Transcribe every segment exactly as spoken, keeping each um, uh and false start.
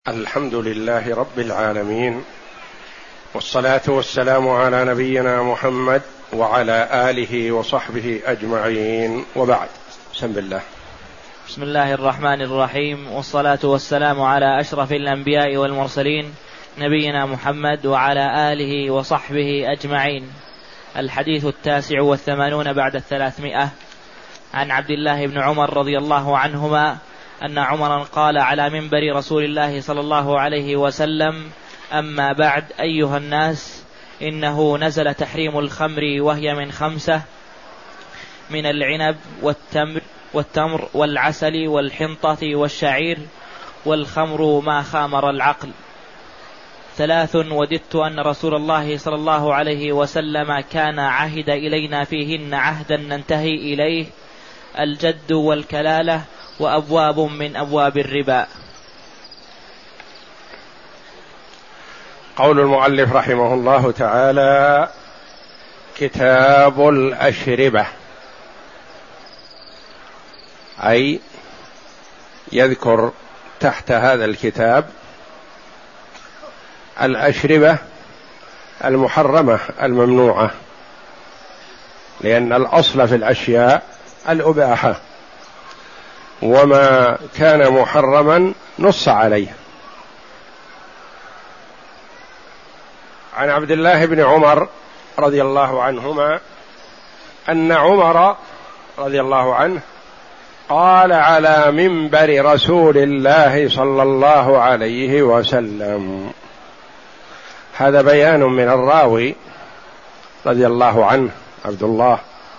الحمد لله رب العالمين، والصلاة والسلام على نبينا محمد وعلى آله وصحبه أجمعين، وبعد. بسم الله. بسم الله الرحمن الرحيم، والصلاة والسلام على أشرف الأنبياء والمرسلين نبينا محمد وعلى آله وصحبه أجمعين. الحديث التاسع والثمانون بعد الثلاثمائة. عن عبد الله بن عمر رضي الله عنهما أن عمرا قال على منبر رسول الله صلى الله عليه وسلم: أما بعد أيها الناس، إنه نزل تحريم الخمر وهي من خمسة: من العنب والتمر والتمر والعسل والحنطة والشعير، والخمر ما خامر العقل. ثلاث وددت أن رسول الله صلى الله عليه وسلم كان عهد إلينا فيهن عهدا ننتهي إليه: الجد والكلالة، وأبواب من أبواب الربا. قول المؤلف رحمه الله تعالى: كتاب الأشربة، أي يذكر تحت هذا الكتاب الأشربة المحرمة الممنوعة، لأن الأصل في الأشياء الإباحة، وما كان محرما نص عليه. عن عبد الله بن عمر رضي الله عنهما أن عمر رضي الله عنه قال على منبر رسول الله صلى الله عليه وسلم. هذا بيان من الراوي رضي الله عنه عبد الله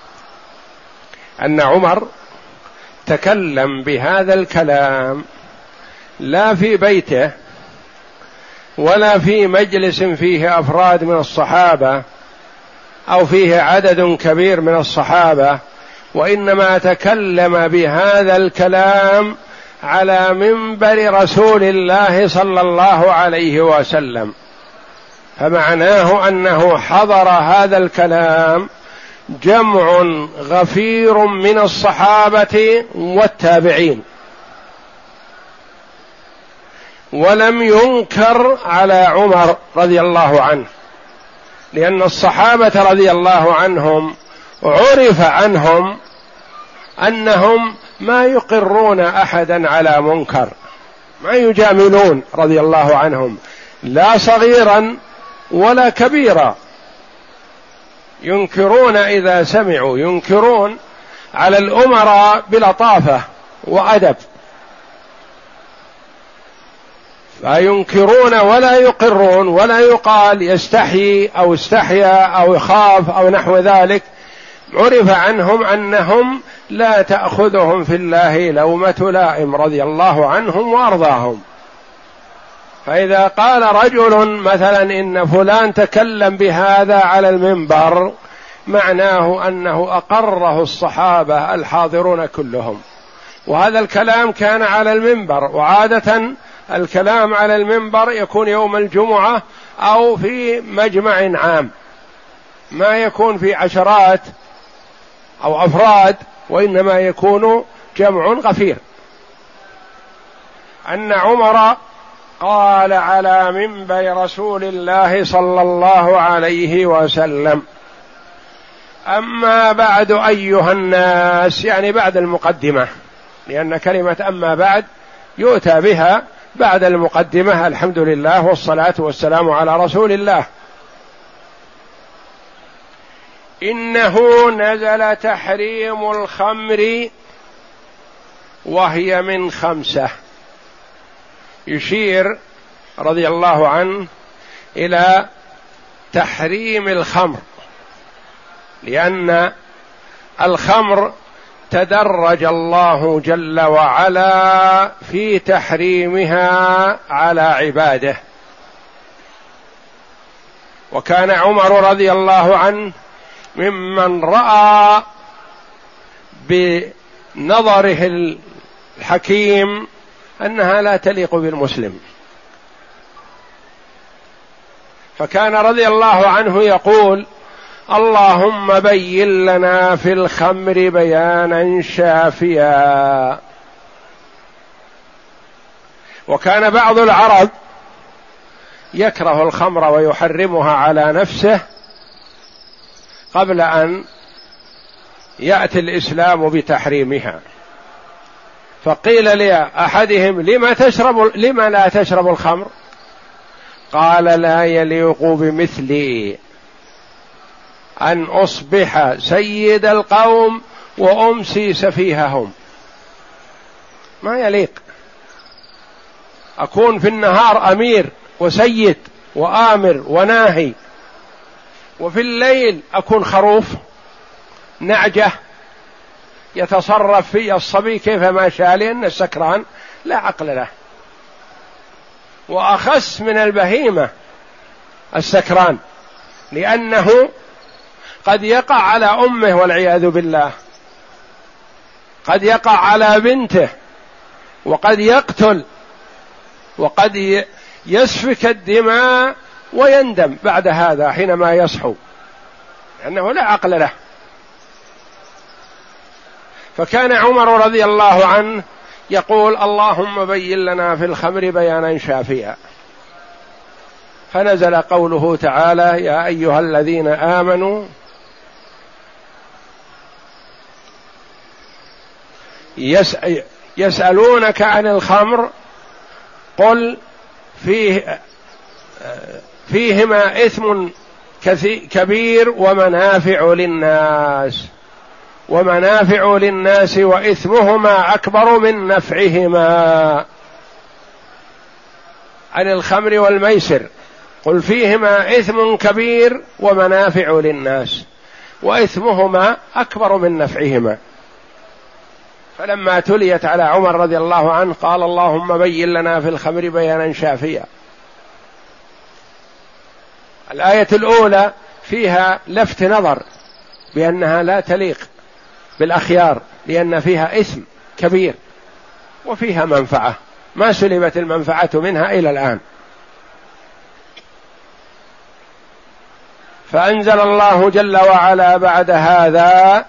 أن عمر تكلم بهذا الكلام لا في بيته ولا في مجلس فيه أفراد من الصحابة أو فيه عدد كبير من الصحابة، وإنما تكلم بهذا الكلام على منبر رسول الله صلى الله عليه وسلم، فمعناه أنه حضر هذا الكلام جمع غفير من الصحابة والتابعين، ولم ينكر على عمر رضي الله عنه، لأن الصحابة رضي الله عنهم عرف عنهم أنهم ما يقرون أحدا على منكر، ما يجاملون رضي الله عنهم لا صغيرا ولا كبيرا، ينكرون إذا سمعوا، ينكرون على الأمراء بلطافة وأدب، فينكرون ولا يقرون، ولا يقال يستحيي أو استحيا أو يخاف أو نحو ذلك. عرف عنهم أنهم لا تأخذهم في الله لومة لائم رضي الله عنهم وأرضاهم. فإذا قال رجل مثلا إن فلان تكلم بهذا على المنبر، معناه أنه أقره الصحابة الحاضرون كلهم، وهذا الكلام كان على المنبر، وعادة الكلام على المنبر يكون يوم الجمعة أو في مجمع عام، ما يكون في عشرات أو أفراد، وإنما يكون جمع غفير. أن عمر قال على منبر رسول الله صلى الله عليه وسلم: أما بعد أيها الناس، يعني بعد المقدمة، لأن كلمة أما بعد يؤتى بها بعد المقدمة: الحمد لله والصلاة والسلام على رسول الله. إنه نزل تحريم الخمر وهي من خمسة. يشير رضي الله عنه إلى تحريم الخمر، لأن الخمر تدرج الله جل وعلا في تحريمها على عباده، وكان عمر رضي الله عنه ممن رأى بنظره الحكيم أنها لا تليق بالمسلم، فكان رضي الله عنه يقول: اللهم بين لنا في الخمر بيانا شافيا. وكان بعض العرب يكره الخمر ويحرمها على نفسه قبل أن يأتي الإسلام بتحريمها، فقيل لأحدهم: لما تشرب لما لا تشرب الخمر؟ قال: لا يليق بمثلي أن أصبح سيد القوم وأمسي سفيههم. ما يليق أكون في النهار أمير وسيد وآمر وناهي، وفي الليل أكون خروف نعجة يتصرف في الصبي كيفما شاء، لأن السكران لا عقل له، وأخس من البهيمة السكران، لأنه قد يقع على أمه والعياذ بالله، قد يقع على بنته، وقد يقتل، وقد يسفك الدماء ويندم بعد هذا حينما يصحو، لأنه لا عقل له. فكان عمر رضي الله عنه يقول: اللهم بين لنا في الخمر بيانا شافيا. فنزل قوله تعالى: يا أيها الذين آمنوا يسألونك عن الخمر قل فيه فيهما إثم كبير ومنافع للناس ومنافع للناس وإثمهما أكبر من نفعهما. عن الخمر والميسر قل فيهما إثم كبير ومنافع للناس وإثمهما أكبر من نفعهما. فلما تليت على عمر رضي الله عنه قال: اللهم بين لنا في الخمر بيانا شافيا. الآية الأولى فيها لفت نظر بأنها لا تليق بالأخيار، لأن فيها إثم كبير وفيها منفعة ما سلبت المنفعة منها إلى الآن. فأنزل الله جل وعلا بعد هذا: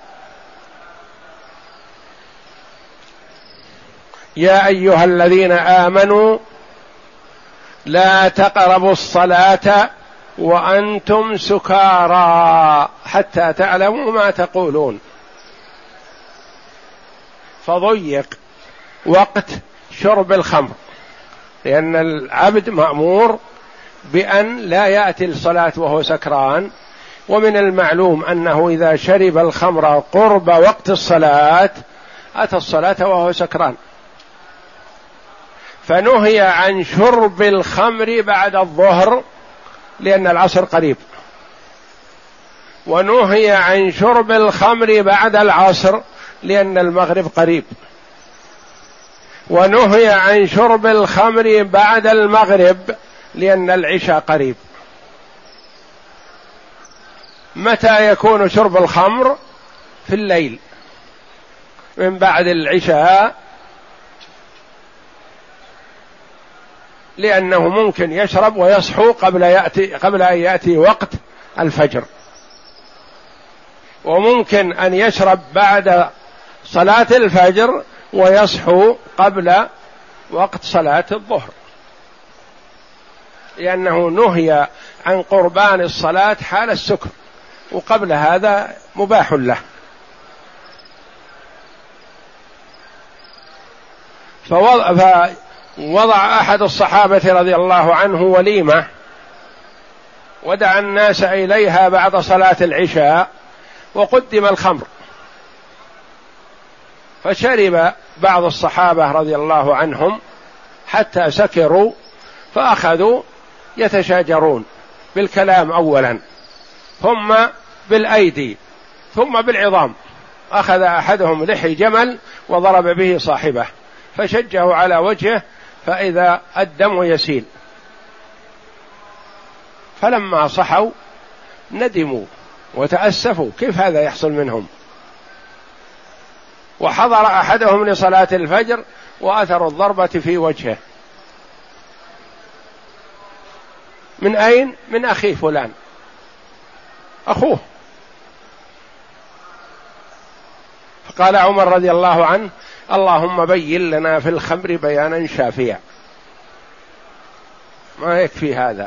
يا أيها الذين آمنوا لا تقربوا الصلاة وأنتم سكارى حتى تعلموا ما تقولون. فضيق وقت شرب الخمر، لأن العبد مأمور بأن لا يأتي الصلاة وهو سكران، ومن المعلوم أنه إذا شرب الخمر قرب وقت الصلاة أتى الصلاة وهو سكران. فنهي عن شرب الخمر بعد الظهر لأن العصر قريب، ونهي عن شرب الخمر بعد العصر لأن المغرب قريب، ونهي عن شرب الخمر بعد المغرب لأن العشاء قريب. متى يكون شرب الخمر؟ في الليل من بعد العشاء، لأنه ممكن يشرب ويصحو قبل يأتي قبل أن يأتي وقت الفجر، وممكن أن يشرب بعد صلاة الفجر ويصحو قبل وقت صلاة الظهر، لأنه نهي عن قربان الصلاة حال السكر، وقبل هذا مباح له. فوضع أحد الصحابة رضي الله عنه وليمة ودعا الناس إليها بعد صلاة العشاء، وقدم الخمر، فشرب بعض الصحابة رضي الله عنهم حتى سكروا، فأخذوا يتشاجرون بالكلام أولا، ثم بالأيدي، ثم بالعظام. أخذ أحدهم لحي جمل وضرب به صاحبه فشجه على وجهه، فإذا الدم يسيل. فلما صحوا ندموا وتأسفوا كيف هذا يحصل منهم، وحضر أحدهم لصلاة الفجر وأثر الضربة في وجهه. من أين؟ من أخي فلان، أخوه. فقال عمر رضي الله عنه: اللهم بين لنا في الخمر بيانا شافيا. ما يكفي هذا.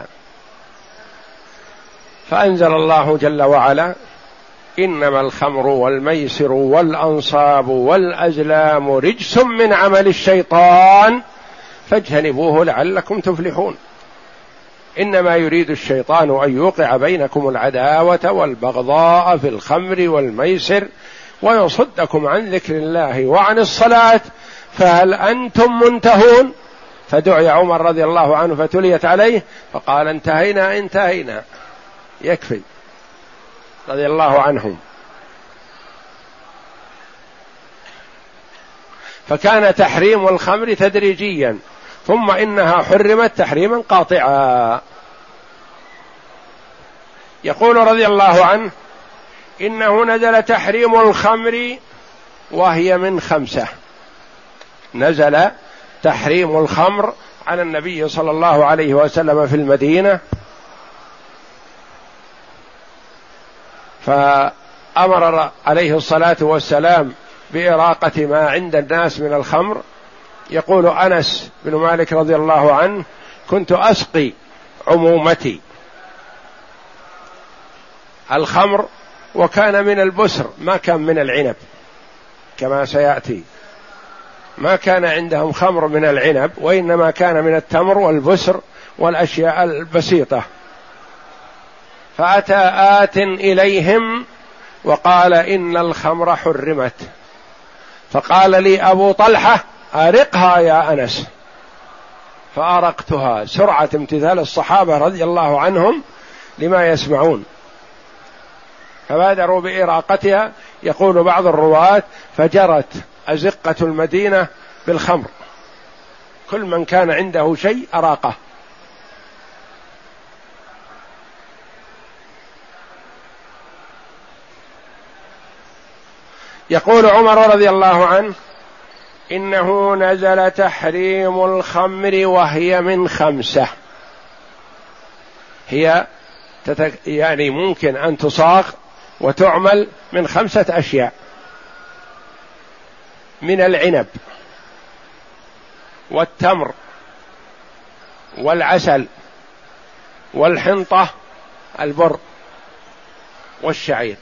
فأنزل الله جل وعلا: إنما الخمر والميسر والأنصاب والأزلام رجس من عمل الشيطان فاجتنبوه لعلكم تفلحون. إنما يريد الشيطان أن يوقع بينكم العداوة والبغضاء في الخمر والميسر ويصدكم عن ذكر الله وعن الصلاة فهل أنتم منتهون؟ فدعي عمر رضي الله عنه فتليت عليه فقال: انتهينا انتهينا، يكفي، رضي الله عنهم. فكان تحريم الخمر تدريجيا، ثم إنها حرمت تحريما قاطعا. يقول رضي الله عنه: إنه نزل تحريم الخمر وهي من خمسة. نزل تحريم الخمر على النبي صلى الله عليه وسلم في المدينة، فأمر عليه الصلاة والسلام بإراقة ما عند الناس من الخمر. يقول أنس بن مالك رضي الله عنه: كنت أسقي عمومتي الخمر وكان من البسر، ما كان من العنب كما سيأتي، ما كان عندهم خمر من العنب وإنما كان من التمر والبسر والأشياء البسيطة. فأتى آت إليهم وقال: إن الخمر حرمت. فقال لي أبو طلحة: أرقها يا أنس. فأرقتها، سرعة امتثال الصحابة رضي الله عنهم لما يسمعون، فبادروا بإراقتها. يقول بعض الرواة: فجرت أزقة المدينة بالخمر، كل من كان عنده شيء أراقه. يقول عمر رضي الله عنه: إنه نزل تحريم الخمر وهي من خمسة. هي تتك... يعني ممكن أن تصاغ وتعمل من خمسة أشياء: من العنب والتمر والعسل والحنطة البر والشعير.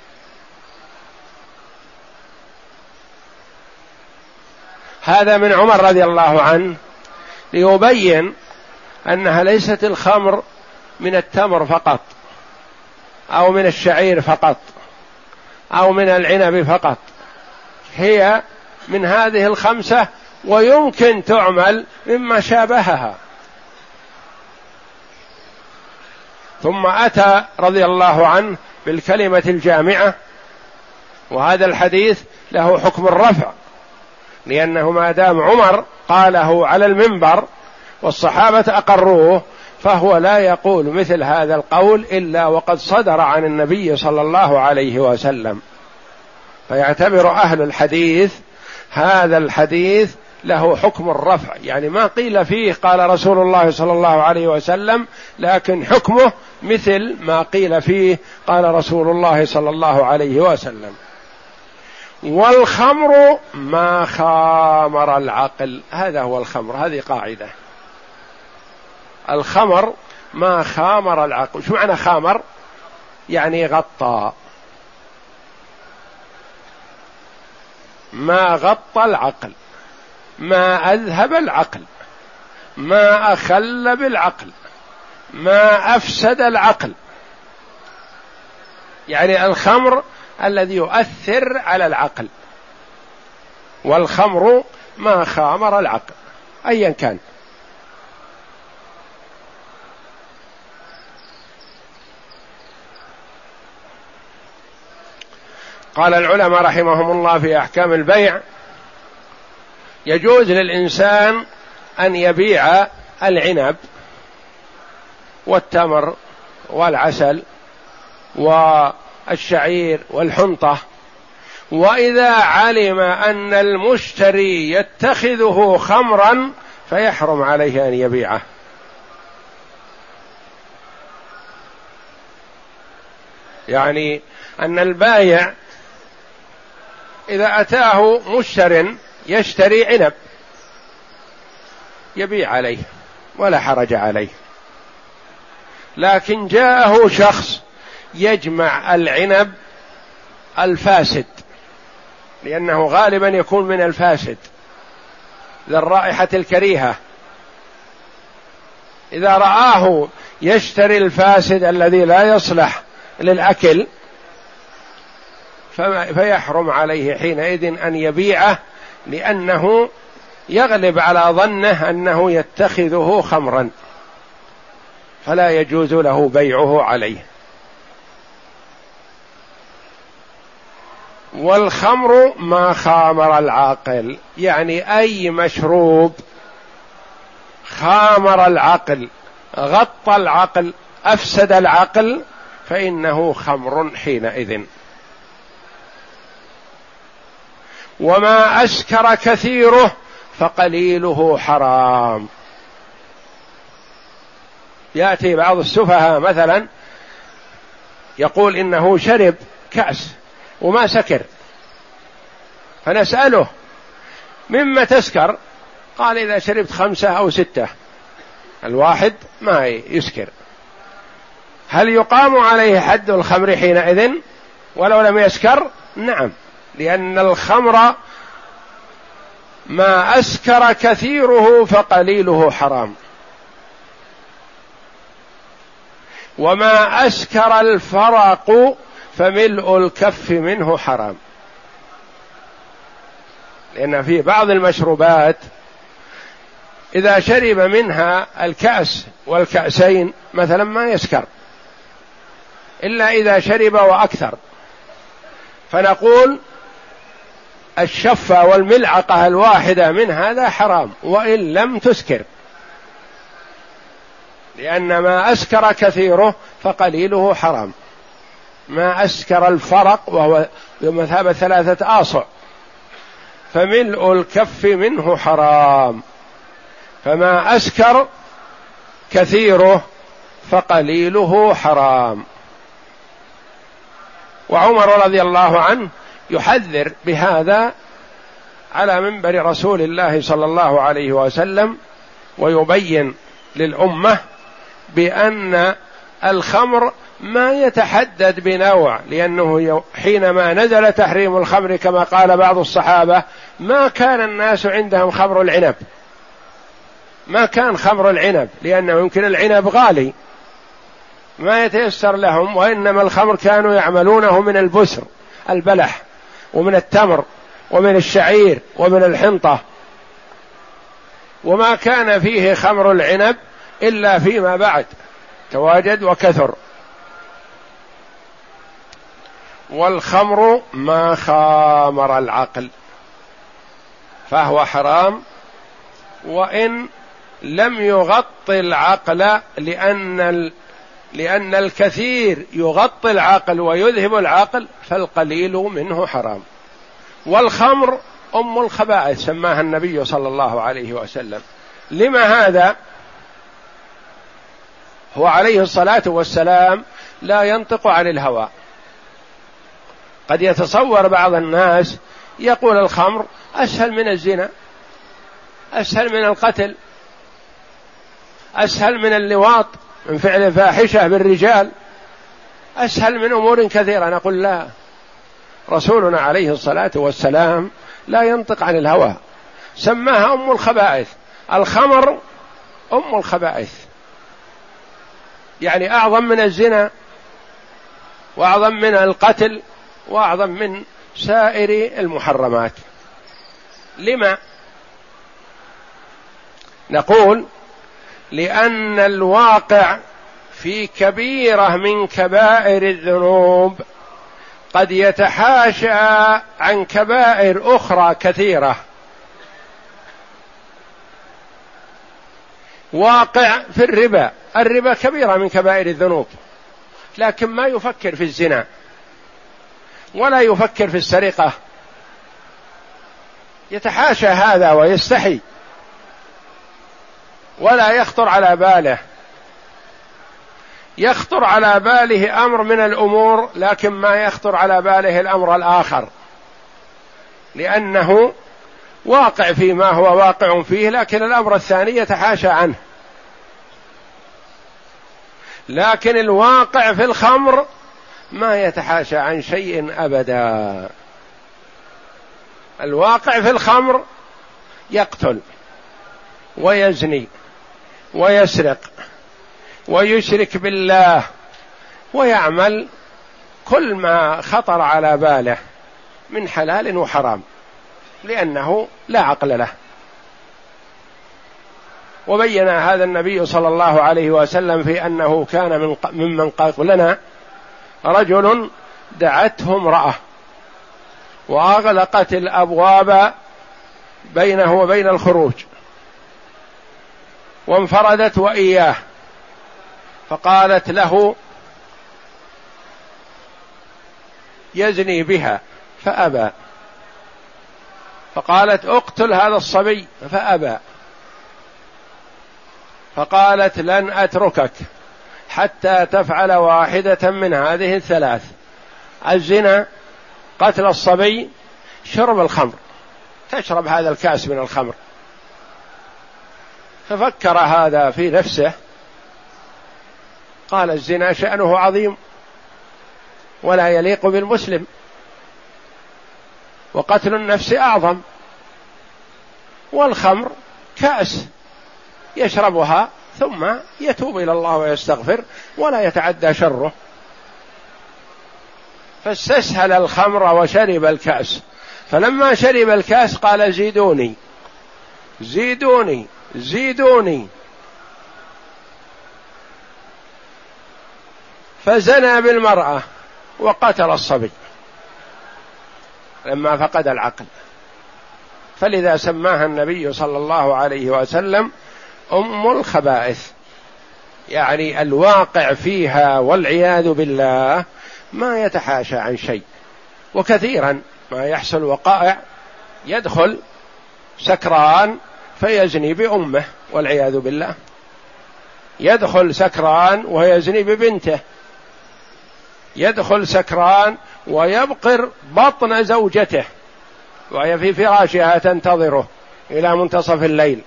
هذا من عمر رضي الله عنه ليبين أنها ليست الخمر من التمر فقط أو من الشعير فقط أو من العنب فقط، هي من هذه الخمسة ويمكن تعمل مما شابهها. ثم أتى رضي الله عنه بالكلمة الجامعة، وهذا الحديث له حكم الرفع، لأنه ما دام عمر قاله على المنبر والصحابة أقروه فهو لا يقول مثل هذا القول إلا وقد صدر عن النبي صلى الله عليه وسلم. فيعتبر أهل الحديث هذا الحديث له حكم الرفع، يعني ما قيل فيه قال رسول الله صلى الله عليه وسلم، لكن حكمه مثل ما قيل فيه قال رسول الله صلى الله عليه وسلم. والخمر ما خامر العقل، هذا هو الخمر، هذه قاعدة. الخمر ما خامر العقل. شو معنى خامر؟ يعني غطى، ما غطى العقل، ما أذهب العقل، ما أخل بالعقل، ما أفسد العقل. يعني الخمر الذي يؤثر على العقل، والخمر ما خامر العقل أيا كان. قال العلماء رحمهم الله في أحكام البيع: يجوز للإنسان أن يبيع العنب والتمر والعسل والشعير والحنطة، وإذا علم أن المشتري يتخذه خمرا فيحرم عليه أن يبيعه. يعني أن البائع إذا أتاه مشتر يشتري عنب يبيع عليه ولا حرج عليه، لكن جاءه شخص يجمع العنب الفاسد، لأنه غالبا يكون من الفاسد ذي الرائحة الكريهة، إذا رآه يشتري الفاسد الذي لا يصلح للأكل فيحرم عليه حينئذ أن يبيعه، لأنه يغلب على ظنه أنه يتخذه خمرا، فلا يجوز له بيعه عليه. والخمر ما خامر العاقل، يعني أي مشروب خامر العقل، غطى العقل، أفسد العقل، فإنه خمر حينئذ. وما أسكر كثيره فقليله حرام. يأتي بعض السفهاء مثلا يقول إنه شرب كأس وما سكر، فنسأله مما تسكر؟ قال إذا شربت خمسة أو ستة، الواحد ما يسكر. هل يقام عليه حد الخمر حينئذ ولو لم يسكر؟ نعم، لأن الخمر ما أسكر كثيره فقليله حرام. وما أسكر الفرق فملء الكف منه حرام، لأن في بعض المشروبات إذا شرب منها الكأس والكأسين مثلا ما يسكر إلا إذا شرب وأكثر، فنقول الشفة والملعقة الواحدة من هذا حرام وإن لم تسكر، لأن ما أسكر كثيره فقليله حرام. ما أسكر الفرق وهو بمثابة ثلاثة آصع فملء الكف منه حرام، فما أسكر كثيره فقليله حرام. وعمر رضي الله عنه يحذر بهذا على منبر رسول الله صلى الله عليه وسلم، ويبين للأمة بأن الخمر ما يتحدد بنوع، لأنه حينما نزل تحريم الخمر كما قال بعض الصحابة ما كان الناس عندهم خمر العنب، ما كان خمر العنب، لأنه يمكن العنب غالي ما يتيسر لهم، وإنما الخمر كانوا يعملونه من البسر البلح ومن التمر ومن الشعير ومن الحنطة، وما كان فيه خمر العنب إلا فيما بعد تواجد وكثر. والخمر ما خامر العقل فهو حرام وإن لم يغطي العقل، لأن ال... لأن الكثير يغطي العقل ويذهب العقل، فالقليل منه حرام. والخمر أم الخبائث سماها النبي صلى الله عليه وسلم. لما هذا؟ هو عليه الصلاة والسلام لا ينطق عن الهوى. قد يتصور بعض الناس يقول الخمر أسهل من الزنا، أسهل من القتل، أسهل من اللواط، من فعل فاحشة بالرجال، أسهل من أمور كثيرة. نقول لا، رسولنا عليه الصلاة والسلام لا ينطق عن الهوى، سماها أم الخبائث. الخمر أم الخبائث، يعني أعظم من الزنا وأعظم من القتل وأعظم من سائر المحرمات. لما؟ نقول لأن الواقع في كبيرة من كبائر الذنوب قد يتحاشى عن كبائر أخرى كثيرة. واقع في الربا، الربا كبيرة من كبائر الذنوب، لكن ما يفكر في الزنا ولا يفكر في السرقة، يتحاشى هذا ويستحي ولا يخطر على باله. يخطر على باله أمر من الأمور لكن ما يخطر على باله الأمر الآخر، لأنه واقع فيما هو واقع فيه، لكن الأمر الثاني يتحاشى عنه. لكن الواقع في الخمر ما يتحاشى عن شيء أبدا. الواقع في الخمر يقتل ويزني ويسرق ويشرك بالله ويعمل كل ما خطر على باله من حلال وحرام، لأنه لا عقل له. وبين هذا النبي صلى الله عليه وسلم في أنه كان من ممن قبلنا رجل دعته امرأة وأغلقت الأبواب بينه وبين الخروج وانفردت وإياه، فقالت له يزني بها فأبى، فقالت اقتل هذا الصبي فأبى، فقالت لن أتركك حتى تفعل واحدة من هذه الثلاث: الزنا، قتل الصبي، شرب الخمر، تشرب هذا الكأس من الخمر. ففكر هذا في نفسه، قال الزنا شأنه عظيم ولا يليق بالمسلم، وقتل النفس أعظم، والخمر كأس يشربها ثم يتوب إلى الله ويستغفر ولا يتعدى شره، فاستسهل الخمر وشرب الكأس. فلما شرب الكأس قال زيدوني زيدوني زيدوني، فزنى بالمرأة وقتل الصبي لما فقد العقل. فلذا سماها النبي صلى الله عليه وسلم أم الخبائث، يعني الواقع فيها والعياذ بالله ما يتحاشى عن شيء. وكثيرا ما يحصل وقائع يدخل سكران فيزني بأمه والعياذ بالله، يدخل سكران ويزني ببنته، يدخل سكران ويبقر بطن زوجته وهي في فراشها تنتظره إلى منتصف الليل.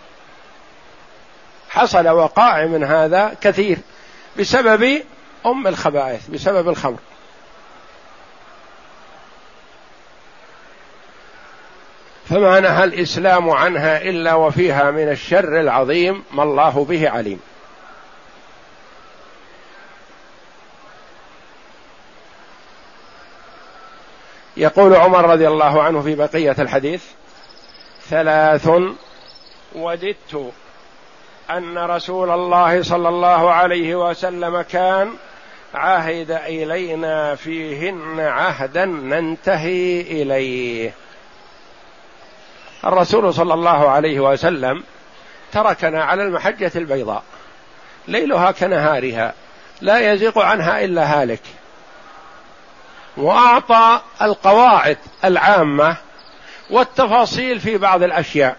حصل وقائع من هذا كثير بسبب أم الخبائث، بسبب الخمر. فما نهى الإسلام عنها إلا وفيها من الشر العظيم ما الله به عليم. يقول عمر رضي الله عنه في بقية الحديث: ثلاث وددت أن رسول الله صلى الله عليه وسلم كان عهد إلينا فيهن عهدا ننتهي إليه. الرسول صلى الله عليه وسلم تركنا على المحجة البيضاء ليلها كنهارها لا يزيغ عنها إلا هالك، وأعطى القواعد العامة والتفاصيل في بعض الأشياء،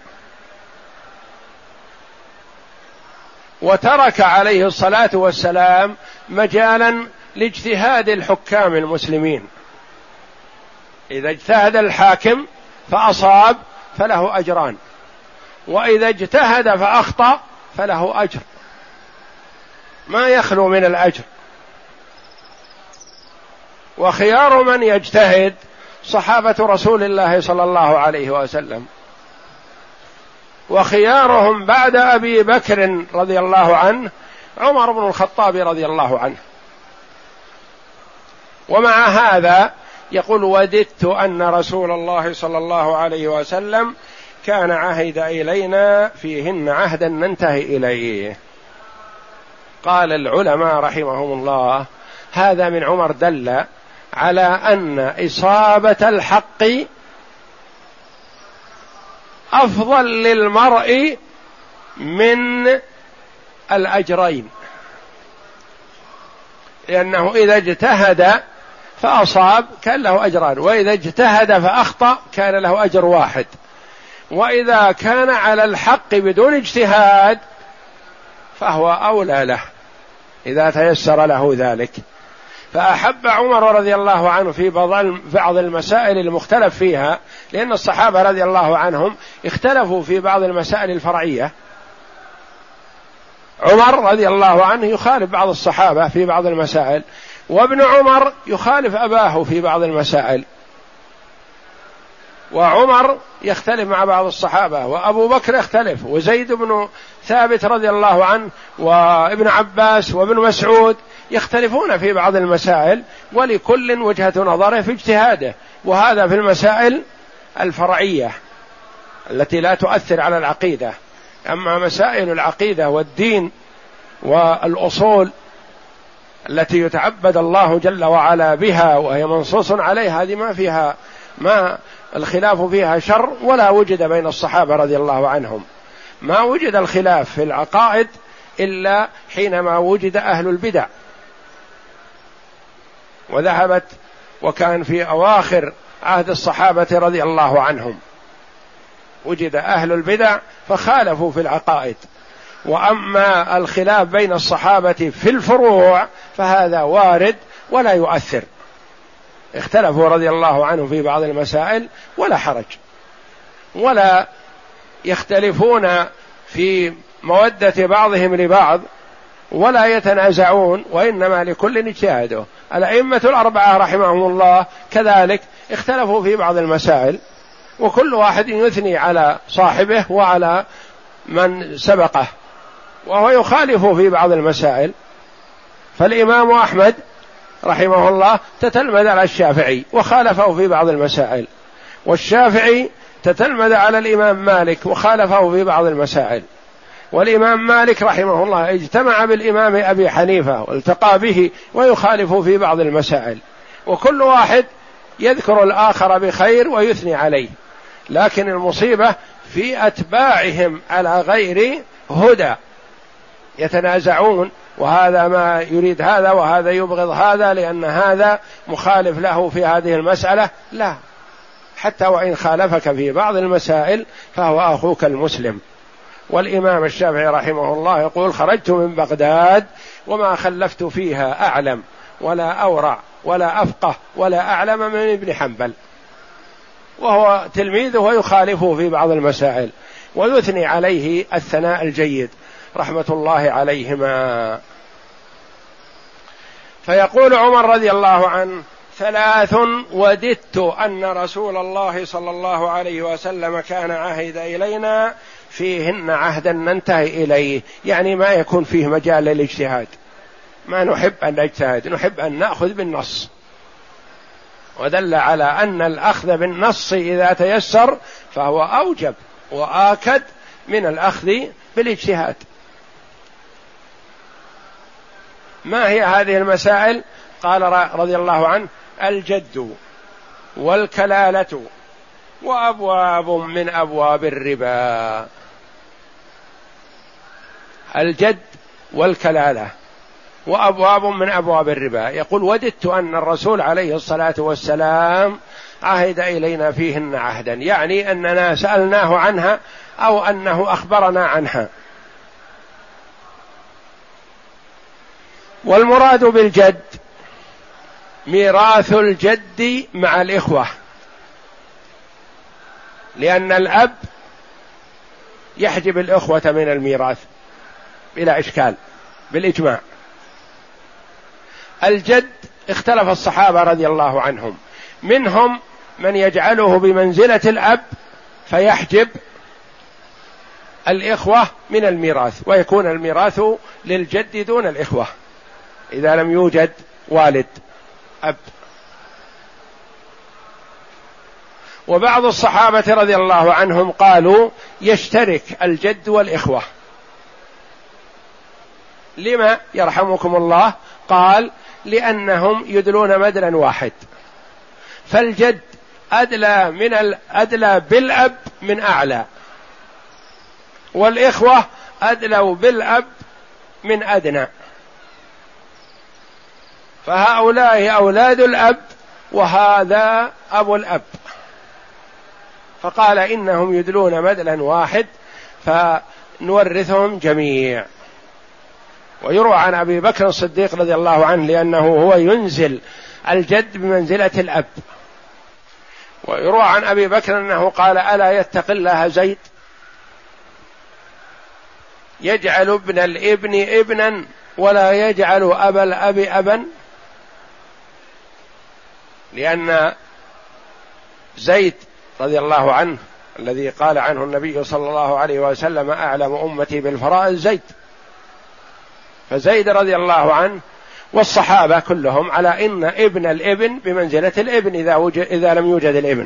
وترك عليه الصلاة والسلام مجالا لاجتهاد الحكام المسلمين. إذا اجتهد الحاكم فأصاب فله أجران، وإذا اجتهد فأخطأ فله أجر، ما يخلو من الأجر. وخيار من يجتهد صحابة رسول الله صلى الله عليه وسلم، وخيارهم بعد أبي بكر رضي الله عنه عمر بن الخطاب رضي الله عنه. ومع هذا يقول: وددت أن رسول الله صلى الله عليه وسلم كان عهد إلينا فيهن عهدا ننتهي إليه. قال العلماء رحمهم الله: هذا من عمر دل على أن إصابة الحق أفضل للمرء من الأجرين، لأنه إذا اجتهد فأصاب كان له أجران، وإذا اجتهد فأخطأ كان له أجر واحد، وإذا كان على الحق بدون اجتهاد فهو أولى له إذا تيسر له ذلك. فأحب عمر رضي الله عنه في بعض المسائل المختلف فيها، لأن الصحابة رضي الله عنهم اختلفوا في بعض المسائل الفرعية. عمر رضي الله عنه يخالف بعض الصحابة في بعض المسائل، وابن عمر يخالف أباه في بعض المسائل، وعمر يختلف مع بعض الصحابة، وأبو بكر يختلف، وزيد بن ثابت رضي الله عنه وابن عباس وابن مسعود يختلفون في بعض المسائل، ولكل وجهة نظره في اجتهاده. وهذا في المسائل الفرعية التي لا تؤثر على العقيدة. أما مسائل العقيدة والدين والأصول التي يتعبد الله جل وعلا بها وهي منصوص عليها، هذه ما فيها ما الخلاف فيها شر، ولا وجد بين الصحابة رضي الله عنهم. ما وجد الخلاف في العقائد إلا حينما وجد أهل البدع، وذهبت وكان في أواخر عهد الصحابة رضي الله عنهم وجد أهل البدع فخالفوا في العقائد. وأما الخلاف بين الصحابة في الفروع فهذا وارد ولا يؤثر، اختلفوا رضي الله عنهم في بعض المسائل ولا حرج، ولا يختلفون في مودة بعضهم لبعض، ولا يتنازعون، وإنما لكل اجتهاده. الأئمة الأربعة رحمهم الله كذلك اختلفوا في بعض المسائل، وكل واحد يثني على صاحبه وعلى من سبقه، وهو يخالف في بعض المسائل. فالإمام أحمد رحمه الله تتلمذ على الشافعي وخالفه في بعض المسائل، والشافعي تتلمذ على الإمام مالك وخالفه في بعض المسائل، والإمام مالك رحمه الله اجتمع بالإمام أبي حنيفة والتقى به ويخالف في بعض المسائل، وكل واحد يذكر الآخر بخير ويثني عليه. لكن المصيبة في أتباعهم على غير هدى، يتنازعون، وهذا ما يريد هذا وهذا يبغض هذا لأن هذا مخالف له في هذه المسألة. لا، حتى وإن خالفك في بعض المسائل فهو أخوك المسلم. والإمام الشافعي رحمه الله يقول: خرجت من بغداد وما خلفت فيها أعلم ولا أورع ولا أفقه ولا أعلم من ابن حنبل، وهو تلميذه ويخالفه في بعض المسائل ويثني عليه الثناء الجيد رحمة الله عليهما. فيقول عمر رضي الله عنه: ثلاث وددت أن رسول الله صلى الله عليه وسلم كان عهد إلينا فيهن عهدا ننتهي إليه، يعني ما يكون فيه مجال للاجتهاد، ما نحب أن نجتهد، نحب أن نأخذ بالنص. ودل على أن الأخذ بالنص إذا تيسر فهو أوجب وآكد من الأخذ بالاجتهاد. ما هي هذه المسائل؟ قال رضي الله عنه: الجد والكلالة وأبواب من أبواب الربا. الجد والكلالة وأبواب من أبواب الربا. يقول: وددت أن الرسول عليه الصلاة والسلام عهد إلينا فيهن عهدا، يعني أننا سألناه عنها أو أنه أخبرنا عنها. والمراد بالجد ميراث الجد مع الإخوة، لأن الأب يحجب الإخوة من الميراث بلا إشكال بالإجماع. الجد اختلف الصحابة رضي الله عنهم، منهم من يجعله بمنزلة الأب فيحجب الإخوة من الميراث، ويكون الميراث للجد دون الإخوة إذا لم يوجد والد أب. وبعض الصحابة رضي الله عنهم قالوا يشترك الجد والإخوة. لما يرحمكم الله؟ قال: لأنهم يدلون مدلا واحد، فالجد أدلى من الأدلى بالأب من أعلى، والإخوة أدلوا بالأب من أدنى، فهؤلاء أولاد الأب وهذا أبو الأب، فقال إنهم يدلون مدلا واحد فنورثهم جميع. ويروى عن أبي بكر الصديق رضي الله عنه لأنه هو ينزل الجد بمنزلة الأب، ويروى عن أبي بكر أنه قال: ألا يتق الله زيد؟ يجعل ابن الابن ابنا ولا يجعل أبا الأب أبا؟ لأن زيد رضي الله عنه الذي قال عنه النبي صلى الله عليه وسلم أعلم أمتي بالفرائض زيد، فزيد رضي الله عنه والصحابة كلهم على إن ابن الابن بمنزلة الابن إذا, وجد إذا لم يوجد الابن.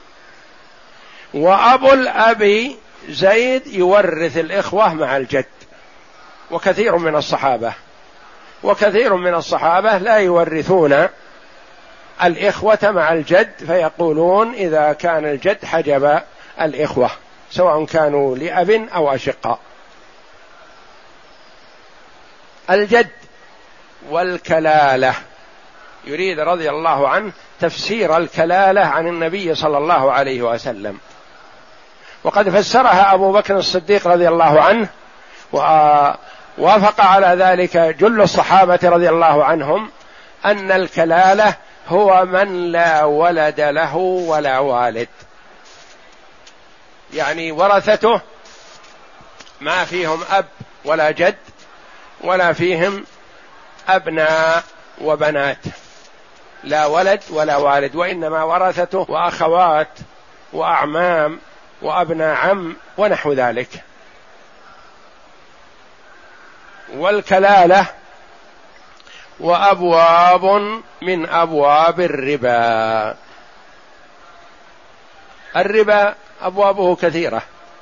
وأبو الأب زيد يورث الإخوة مع الجد، وكثير من الصحابة وكثير من الصحابة لا يورثون الإخوة مع الجد، فيقولون إذا كان الجد حجب الإخوة سواء كانوا لأب أو أشقاء. الجد والكلالة، يريد رضي الله عنه تفسير الكلالة عن النبي صلى الله عليه وسلم، وقد فسرها أبو بكر الصديق رضي الله عنه، ووافق على ذلك جل الصحابة رضي الله عنهم، أن الكلالة هو من لا ولد له ولا والد، يعني ورثته ما فيهم أب ولا جد ولا فيهم أبناء وبنات، لا ولد ولا والد، وإنما ورثته وأخوات وأعمام وأبناء عم ونحو ذلك. والكلالة وأبواب من أبواب الربا. الربا أبوابه كثيرة،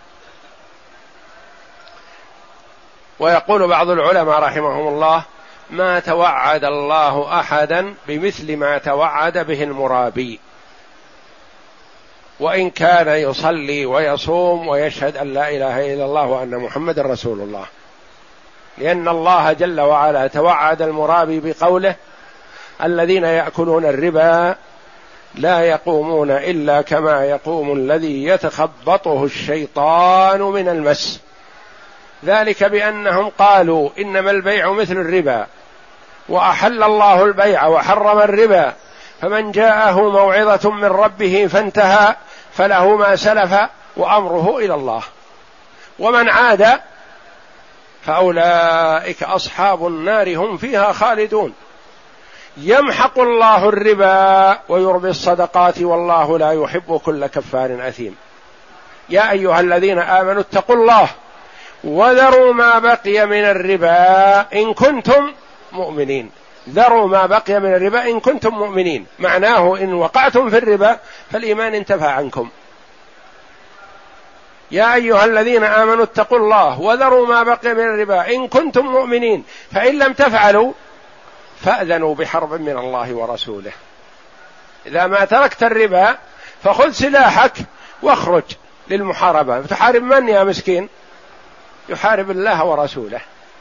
ويقول بعض العلماء رحمهم الله: ما توعد الله أحدا بمثل ما توعد به المرابي، وإن كان يصلي ويصوم ويشهد أن لا إله إلا الله وأن محمد رسول الله، لأن الله جل وعلا توعد المرابي بقوله: الذين يأكلون الربا لا يقومون إلا كما يقوم الذي يتخبطه الشيطان من المس، ذلك بأنهم قالوا إنما البيع مثل الربا وأحل الله البيع وحرم الربا، فمن جاءه موعظة من ربه فانتهى فله ما سلف وأمره إلى الله، ومن عاد فأولئك أصحاب النار هم فيها خالدون. يمحق الله الربا ويربي الصدقات والله لا يحب كل كفار أثيم. يا أيها الذين آمنوا اتقوا الله وذروا ما بقي من الربا إن كنتم مؤمنين. ذروا ما بقي من الربا إن كنتم مؤمنين، معناه إن وقعتم في الربا فالإيمان انتفى عنكم. يا أيها الذين آمنوا اتقوا الله وذروا ما بقي من الربا إن كنتم مؤمنين، فإن لم تفعلوا فأذنوا بحرب من الله ورسوله. إذا ما تركت الربا فخذ سلاحك واخرج للمحاربة. تحارب من يا مسكين؟ يحارب الله ورسوله.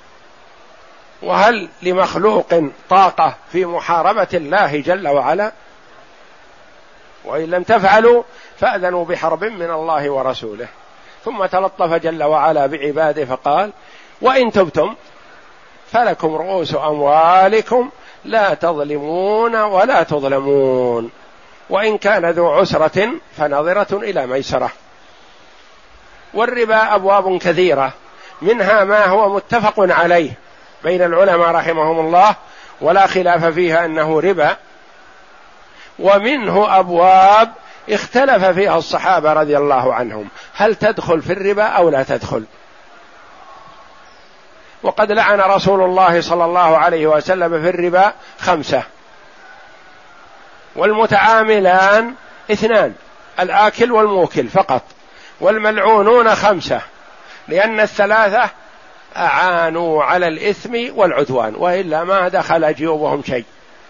وهل لمخلوق طاقة في محاربة الله جل وعلا؟ وإن لم تفعلوا فأذنوا بحرب من الله ورسوله. ثم تلطف جل وعلا بعباده فقال: وإن تبتم فلكم رؤوس أموالكم لا تظلمون ولا تظلمون، وإن كان ذو عسرة فنظرة إلى ميسرة. والربا أبواب كثيرة، منها ما هو متفق عليه بين العلماء رحمهم الله ولا خلاف فيها أنه ربا، ومنه أبواب اختلف فيها الصحابة رضي الله عنهم هل تدخل في الربا أو لا تدخل. وقد لعن رسول الله صلى الله عليه وسلم في الربا خمسة، والمتعاملان اثنان، الآكل والموكل فقط، والملعونون خمسة، لأن الثلاثة أعانوا على الإثم والعدوان، وإلا ما دخل جيوبهم شيء.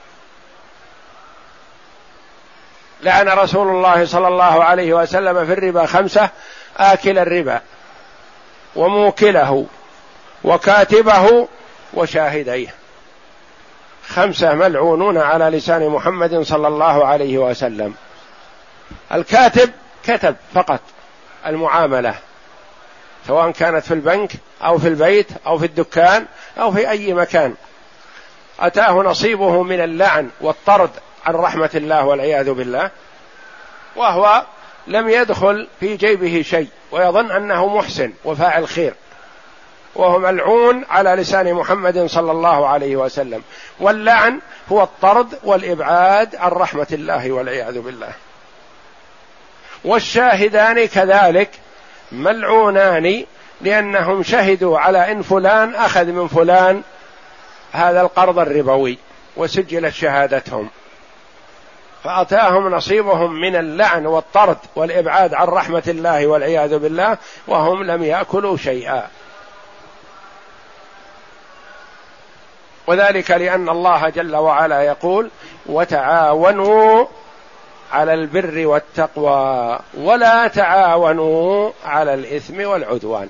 لعن رسول الله صلى الله عليه وسلم في الربا خمسة: آكل الربا وموكله وكاتبه وشاهديه، خمسة ملعونون على لسان محمد صلى الله عليه وسلم. الكاتب كتب فقط المعاملة، سواء كانت في البنك أو في البيت أو في الدكان أو في أي مكان، أتاه نصيبه من اللعن والطرد عن رحمة الله والعياذ بالله، وهو لم يدخل في جيبه شيء ويظن أنه محسن وفاعل خير، وهو ملعون على لسان محمد صلى الله عليه وسلم. واللعن هو الطرد والإبعاد عن رحمة الله والعياذ بالله. والشاهدان كذلك ملعونان لأنهم شهدوا على إن فلان أخذ من فلان هذا القرض الربوي وسجلت شهادتهم، فأتاهم نصيبهم من اللعن والطرد والإبعاد عن رحمة الله والعياذ بالله وهم لم يأكلوا شيئا. وذلك لأن الله جل وعلا يقول: وتعاونوا على البر والتقوى ولا تعاونوا على الإثم والعدوان.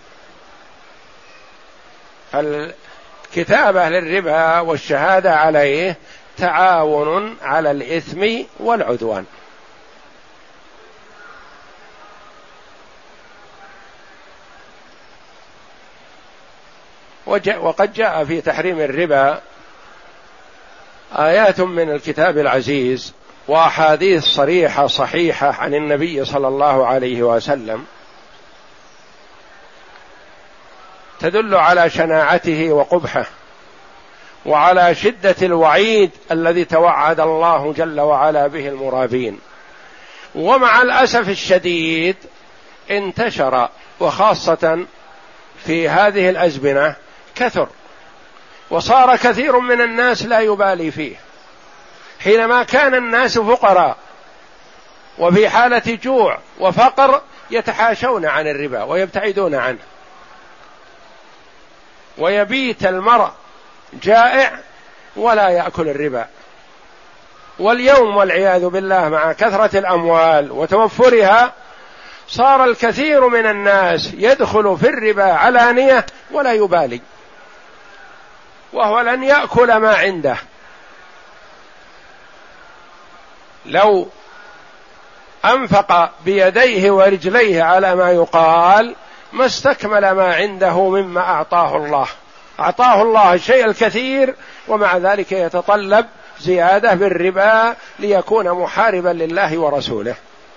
فالكتابة للربا والشهادة عليه تعاون على الإثم والعدوان. وقد جاء في تحريم الربا آيات من الكتاب العزيز وأحاديث صريحة صحيحة عن النبي صلى الله عليه وسلم تدل على شناعته وقبحه وعلى شدة الوعيد الذي توعد الله جل وعلا به المرابين. ومع الأسف الشديد انتشر، وخاصة في هذه الأزمنة كثر، وصار كثير من الناس لا يبالي فيه. حينما كان الناس فقراء وفي حالة جوع وفقر يتحاشون عن الربا ويبتعدون عنه، ويبيت المرء جائع ولا يأكل الربا. واليوم والعياذ بالله مع كثرة الأموال وتوفرها صار الكثير من الناس يدخل في الربا علانية ولا يبالي، وهو لن يأكل ما عنده. لو أنفق بيديه ورجليه على ما يقال ما استكمل ما عنده مما أعطاه الله. أعطاه الله الشيء الكثير ومع ذلك يتطلب زيادة بالربا ليكون محاربا لله ورسوله.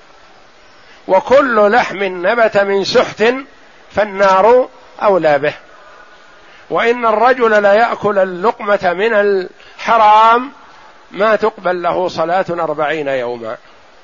وكل لحم نبت من سحت فالنار أولى به. وإن الرجل لا يأكل اللقمة من الحرام ما تقبل له صلاة أربعين يوما.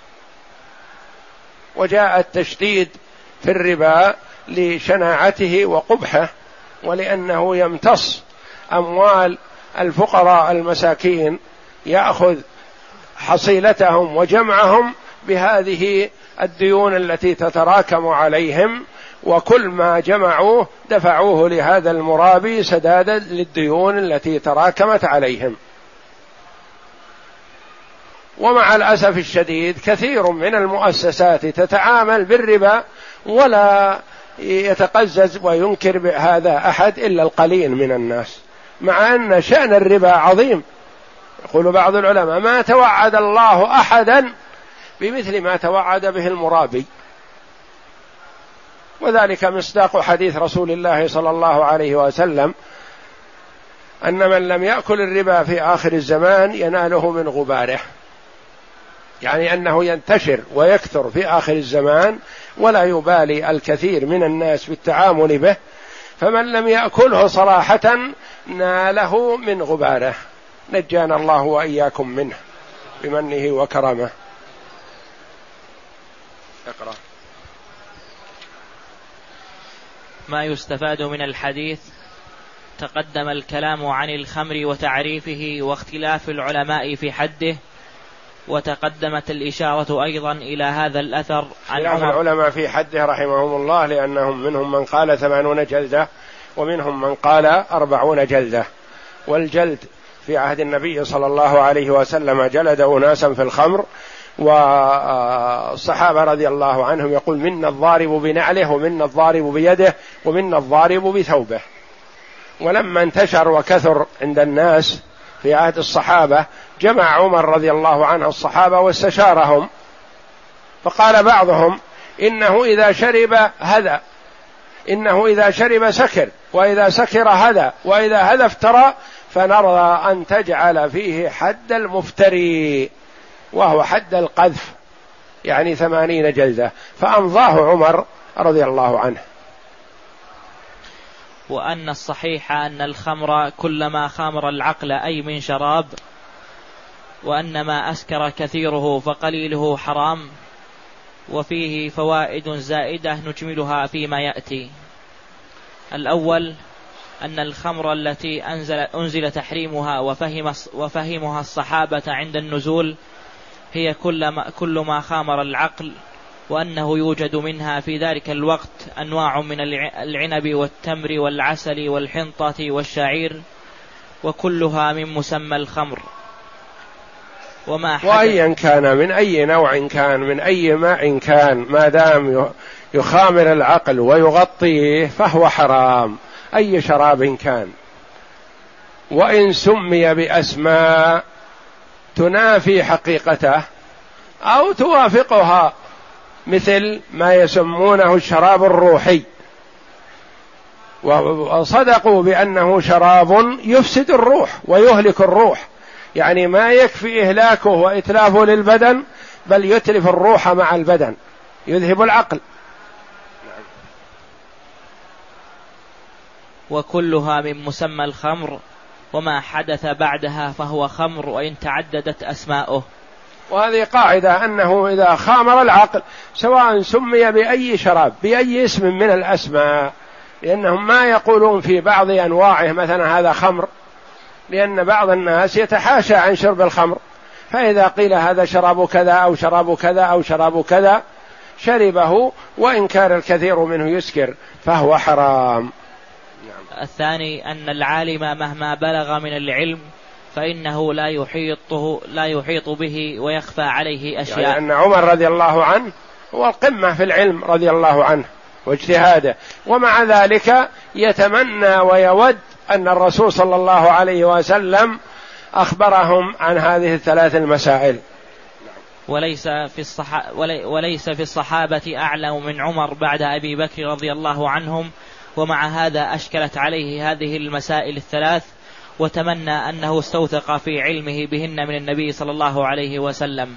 وجاء التشديد في الربا لشناعته وقبحه، ولأنه يمتص أموال الفقراء المساكين، يأخذ حصيلتهم وجمعهم بهذه الديون التي تتراكم عليهم، وكل ما جمعوه دفعوه لهذا المرابي سدادا للديون التي تراكمت عليهم. ومع الأسف الشديد كثير من المؤسسات تتعامل بالربا ولا يتقزز وينكر بهذا أحد إلا القليل من الناس، مع أن شأن الربا عظيم. يقول بعض العلماء: ما توعد الله أحدا بمثل ما توعد به المرابي. وذلك مصداق حديث رسول الله صلى الله عليه وسلم أن من لم يأكل الربا في آخر الزمان يناله من غباره، يعني أنه ينتشر ويكثر في آخر الزمان ولا يبالي الكثير من الناس بالتعامل به، فمن لم يأكله صراحة ناله من غباره. نجانا الله وإياكم منه بمنه وكرمه. اقرأ. ما يستفاد من الحديث: تقدم الكلام عن الخمر وتعريفه واختلاف العلماء في حده، وتقدمت الإشارة أيضا إلى هذا الأثر عن عمر. العلماء في حده رحمهم الله، لأنهم منهم من قال ثمانون جلدة ومنهم من قال أربعون جلدة. والجلد في عهد النبي صلى الله عليه وسلم جلد أناسا في الخمر، والصحابة رضي الله عنهم يقول: منا الضارب بنعله ومنا الضارب بيده ومنا الضارب بثوبه. ولما انتشر وكثر عند الناس في عهد الصحابة جمع عمر رضي الله عنه الصحابة واستشارهم، فقال بعضهم: إنه إذا شرب هذا، إنه إذا شرب سكر، وإذا سكر هذا، وإذا هذا افترى، فنرضى أن تجعل فيه حد المفتري وهو حد القذف، يعني ثمانين جلدة. فأمضاه عمر رضي الله عنه. وأن الصحيح أن الخمر كلما خامر العقل أي من شراب، وأن ما أسكر كثيره فقليله حرام. وفيه فوائد زائدة نجملها فيما يأتي. الأول أن الخمر التي أنزل, أنزل تحريمها وفهم وفهمها الصحابة عند النزول هي كل ما, كل ما خامر العقل، وأنه يوجد منها في ذلك الوقت أنواع من العنب والتمر والعسل والحنطة والشعير، وكلها من مسمى الخمر. وما وأيا كان من أي نوع كان من أي ماء كان ما دام يخامر العقل ويغطيه فهو حرام، أي شراب كان، وإن سمي بأسماء تنافي حقيقته أو توافقها، مثل ما يسمونه الشراب الروحي، وصدقوا بأنه شراب يفسد الروح ويهلك الروح، يعني ما يكفي إهلاكه وإتلافه للبدن، بل يتلف الروح مع البدن، يذهب العقل. وكلها من مسمى الخمر، وما حدث بعدها فهو خمر وإن تعددت أسماؤه. وهذه قاعدة أنه إذا خامر العقل سواء سمي بأي شراب بأي اسم من الأسماء، لأنهم ما يقولون في بعض أنواعه مثلا هذا خمر، لأن بعض الناس يتحاشى عن شرب الخمر، فإذا قيل هذا شراب كذا أو شراب كذا أو شراب كذا شربه، وإن كان الكثير منه يسكر فهو حرام. الثاني أن العالم مهما بلغ من العلم فإنه لا يحيطه لا يحيط به ويخفى عليه أشياء، يعني أن عمر رضي الله عنه هو القمة في العلم رضي الله عنه واجتهاده، ومع ذلك يتمنى ويود أن الرسول صلى الله عليه وسلم أخبرهم عن هذه الثلاث المسائل. وليس في الصح... وليس في الصحابة أعلم من عمر بعد أبي بكر رضي الله عنهم، ومع هذا أشكلت عليه هذه المسائل الثلاث، وتمنى أنه استوثق في علمه بهن من النبي صلى الله عليه وسلم.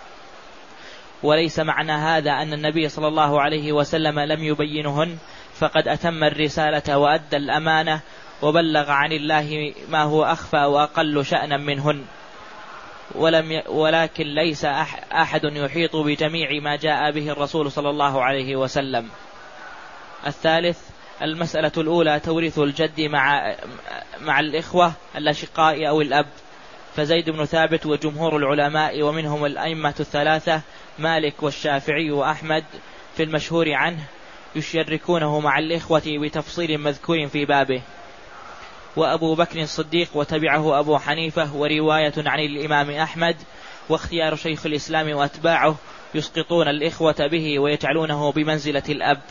وليس معنى هذا أن النبي صلى الله عليه وسلم لم يبينهن، فقد أتم الرسالة وأدى الأمانة وبلغ عن الله ما هو أخفى وأقل شأنا منهن، ولم ي... ولكن ليس أح... أحد يحيط بجميع ما جاء به الرسول صلى الله عليه وسلم. الثالث المسألة الأولى تورث الجد مع مع الإخوة الأشقاء أو الأب، فزيد بن ثابت وجمهور العلماء ومنهم الأئمة الثلاثة مالك والشافعي وأحمد في المشهور عنه يشركونه مع الإخوة بتفصيل مذكور في بابه. وأبو بكر الصديق وتبعه أبو حنيفة ورواية عن الإمام أحمد، واختيار شيخ الإسلام وأتباعه يسقطون الإخوة به ويجعلونه بمنزلة الأب.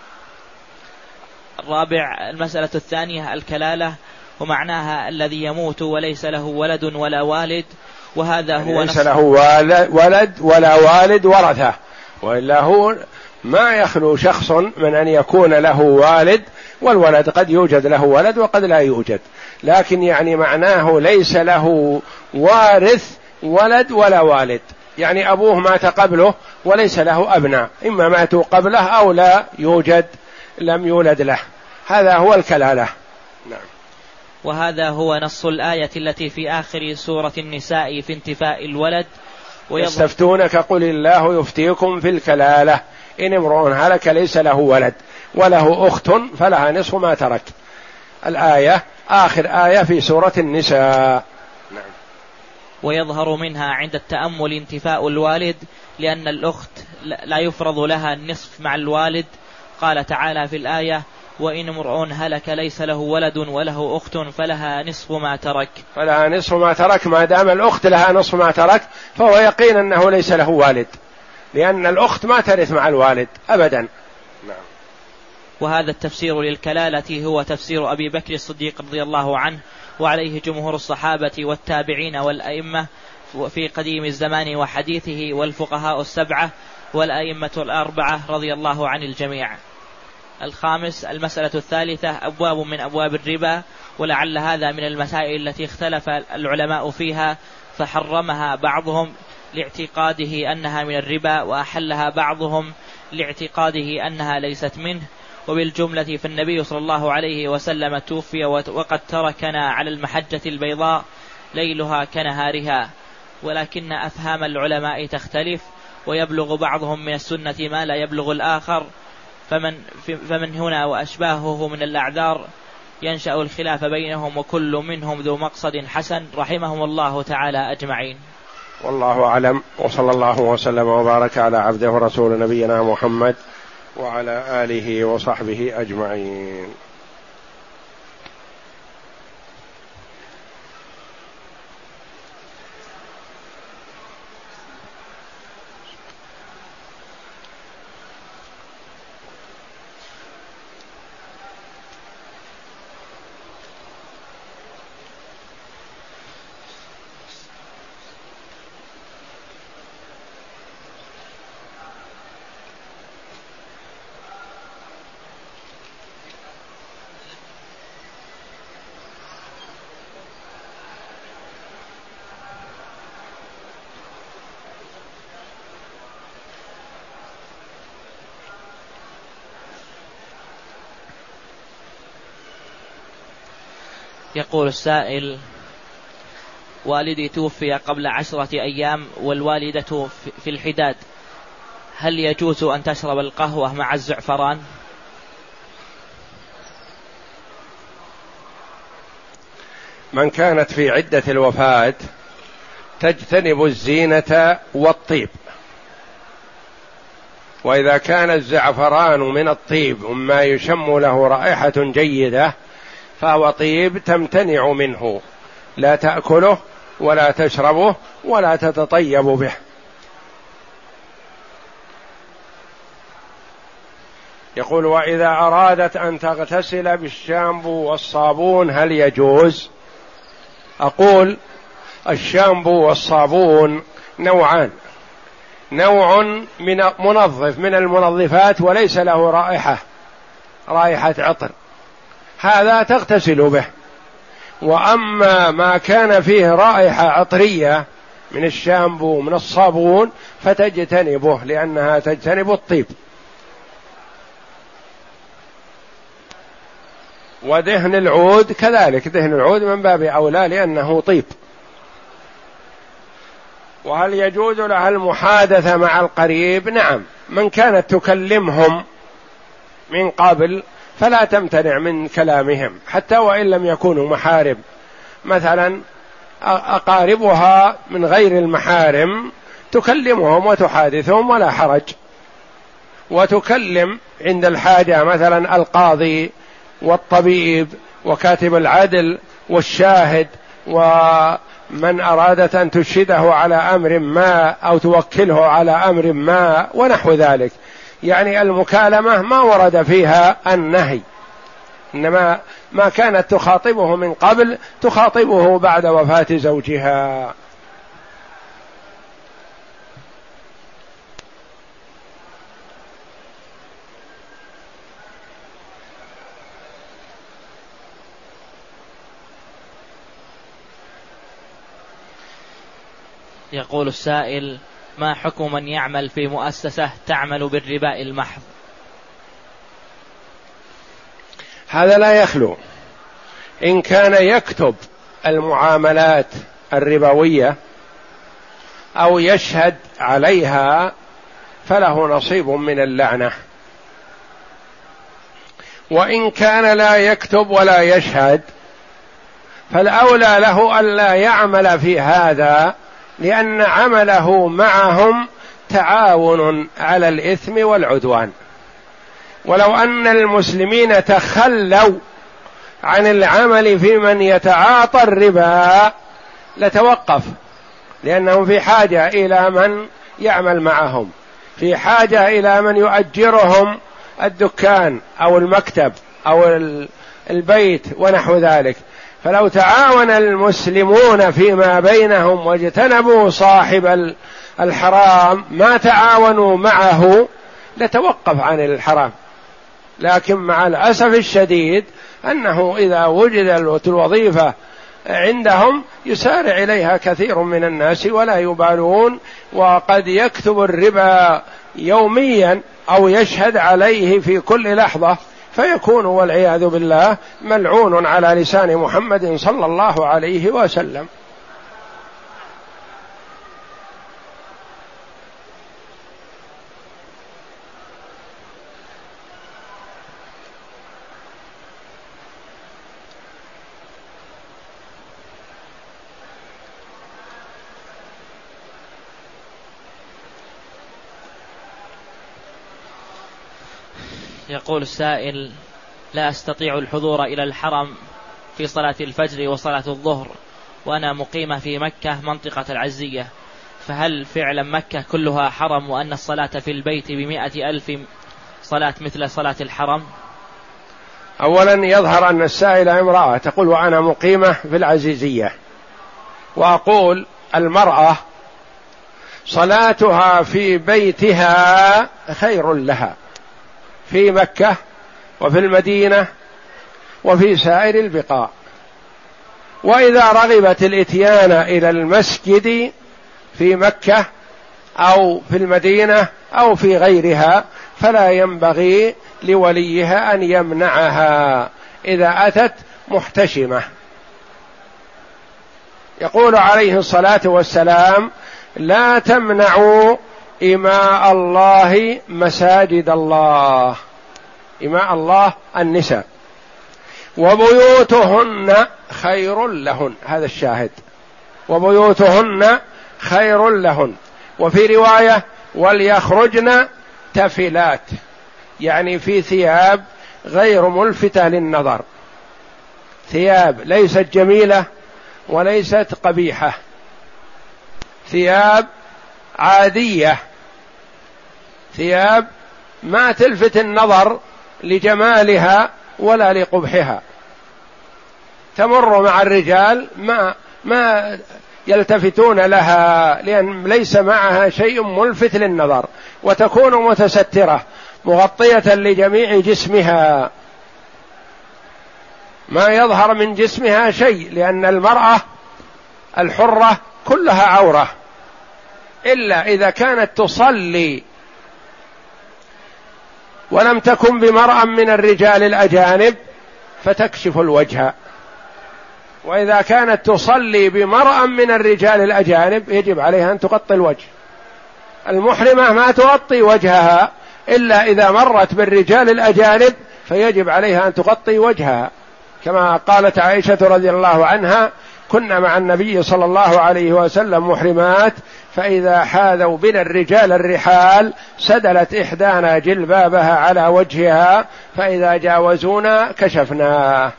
الرابع المسألة الثانية الكلالة، ومعناها الذي يموت وليس له ولد ولا والد، وهذا هو ليس له ولد ولا والد ورثه، وإلا هو ما يخلو شخص من أن يكون له والد، والولد قد يوجد له ولد وقد لا يوجد، لكن يعني معناه ليس له وارث ولد ولا والد، يعني أبوه مات قبله وليس له أبناء، إما ماتوا قبله أو لا يوجد لم يولد له، هذا هو الكلالة. نعم. وهذا هو نص الآية التي في آخر سورة النساء في انتفاء الولد. يستفتونك قل الله يفتيكم في الكلالة إن امرؤ هلك ليس له ولد وله أخت فلها نصف ما ترك، الآية آخر آية في سورة النساء. نعم. ويظهر منها عند التأمل انتفاء الوالد، لأن الأخت لا يفرض لها النصف مع الوالد. قال تعالى في الآية وإن امرؤ هلك ليس له ولد وله أخت فلها نصف ما ترك، فلها نصف ما ترك، ما دام الأخت لها نصف ما ترك فهو يقين أنه ليس له والد، لأن الأخت ما ترث مع الوالد أبدا. نعم. وهذا التفسير للكلالة هو تفسير أبي بكر الصديق رضي الله عنه، وعليه جمهور الصحابة والتابعين والأئمة في قديم الزمان وحديثه، والفقهاء السبعة والأئمة الأربعة رضي الله عن الجميع. الخامس المسألة الثالثة أبواب من أبواب الربا، ولعل هذا من المسائل التي اختلف العلماء فيها، فحرمها بعضهم لاعتقاده أنها من الربا، وأحلها بعضهم لاعتقاده أنها ليست منه، وبالجملة فالنبي صلى الله عليه وسلم توفي وقد تركنا على المحجة البيضاء ليلها كنهارها، ولكن أفهام العلماء تختلف، ويبلغ بعضهم من السنة ما لا يبلغ الآخر، فمن, فمن هنا وأشباهه من الأعذار ينشأ الخلاف بينهم، وكل منهم ذو مقصد حسن رحمهم الله تعالى أجمعين. والله أعلم، وصلى الله وسلم وبارك على عبده ورسول نبينا محمد وعلى آله وصحبه أجمعين. يقول السائل: والدي توفي قبل عشرة أيام والوالدة في الحداد، هل يجوز أن تشرب القهوة مع الزعفران؟ من كانت في عدة الوفاة تجتنب الزينة والطيب، وإذا كان الزعفران من الطيب وما يشم له رائحة جيدة فهو طيب تمتنع منه، لا تأكله ولا تشربه ولا تتطيب به. يقول: وإذا أرادت أن تغتسل بالشامبو والصابون هل يجوز؟ أقول: الشامبو والصابون نوعان، نوع من منظف من المنظفات وليس له رائحة رائحة عطر، هذا تغتسل به، وأما ما كان فيه رائحة عطرية من الشامبو من الصابون فتجتنبه، لأنها تجتنب الطيب. ودهن العود كذلك، دهن العود من باب أولى لأنه طيب. وهل يجوز لها المحادثة مع القريب؟ نعم، من كانت تكلمهم من قبل فلا تمتنع من كلامهم حتى وإن لم يكونوا محارم، مثلا أقاربها من غير المحارم تكلمهم وتحادثهم ولا حرج، وتكلم عند الحاجة مثلا القاضي والطبيب وكاتب العدل والشاهد ومن أرادت أن تشهده على أمر ما أو توكله على أمر ما ونحو ذلك. يعني المكالمة ما ورد فيها النهي، إنما ما كانت تخاطبه من قبل تخاطبه بعد وفاة زوجها. يقول السائل: ما حكم من يعمل في مؤسسة تعمل بالربا المحض؟ هذا لا يخلو، إن كان يكتب المعاملات الربوية أو يشهد عليها فله نصيب من اللعنة، وإن كان لا يكتب ولا يشهد فالأولى له ألا يعمل في هذا، لأن عمله معهم تعاون على الإثم والعدوان. ولو أن المسلمين تخلوا عن العمل في من يتعاطى الربا لتوقف، لأنهم في حاجة إلى من يعمل معهم، في حاجة إلى من يؤجرهم الدكان أو المكتب أو البيت ونحو ذلك. فلو تعاون المسلمون فيما بينهم واجتنبوا صاحب الحرام ما تعاونوا معه لتوقف عن الحرام. لكن مع الأسف الشديد أنه إذا وجدت الوظيفة عندهم يسارع إليها كثير من الناس ولا يبالون، وقد يكتب الربا يوميا أو يشهد عليه في كل لحظة، فيكون والعياذ بالله ملعون على لسان محمد صلى الله عليه وسلم. يقول السائل: لا أستطيع الحضور إلى الحرم في صلاة الفجر وصلاة الظهر وأنا مقيمة في مكة منطقة العزية، فهل فعلا مكة كلها حرم وأن الصلاة في البيت بمائة ألف صلاة مثل صلاة الحرم؟ أولا يظهر أن السائلة امرأة تقول وأنا مقيمة في العزيزية، وأقول المرأة صلاتها في بيتها خير لها في مكة وفي المدينة وفي سائر البقاع، وإذا رغبت الإتيان إلى المسجد في مكة أو في المدينة أو في غيرها فلا ينبغي لوليها أن يمنعها إذا أتت محتشمة. يقول عليه الصلاة والسلام: لا تمنعوا إماء الله مساجد الله. إماء الله النساء، وبيوتهن خير لهن، هذا الشاهد، وبيوتهن خير لهن. وفي رواية: وليخرجن تفلات، يعني في ثياب غير ملفتة للنظر، ثياب ليست جميلة وليست قبيحة، ثياب عادية، ثياب ما تلفت النظر لجمالها ولا لقبحها، تمر مع الرجال ما ما يلتفتون لها لأن ليس معها شيء ملفت للنظر، وتكون متسترة مغطية لجميع جسمها، ما يظهر من جسمها شيء، لأن المرأة الحرة كلها عورة إلا إذا كانت تصلي ولم تكن بمرأ من الرجال الأجانب فتكشف الوجه، وإذا كانت تصلي بمرأ من الرجال الأجانب يجب عليها أن تغطي الوجه. المحرمة ما تغطي وجهها إلا إذا مرت بالرجال الأجانب فيجب عليها أن تغطي وجهها، كما قالت عائشة رضي الله عنها: كنا مع النبي صلى الله عليه وسلم محرمات، فإذا حاذوا بنا الرجال الرحال سدلت إحدانا جلبابها على وجهها، فإذا جاوزونا كشفناه.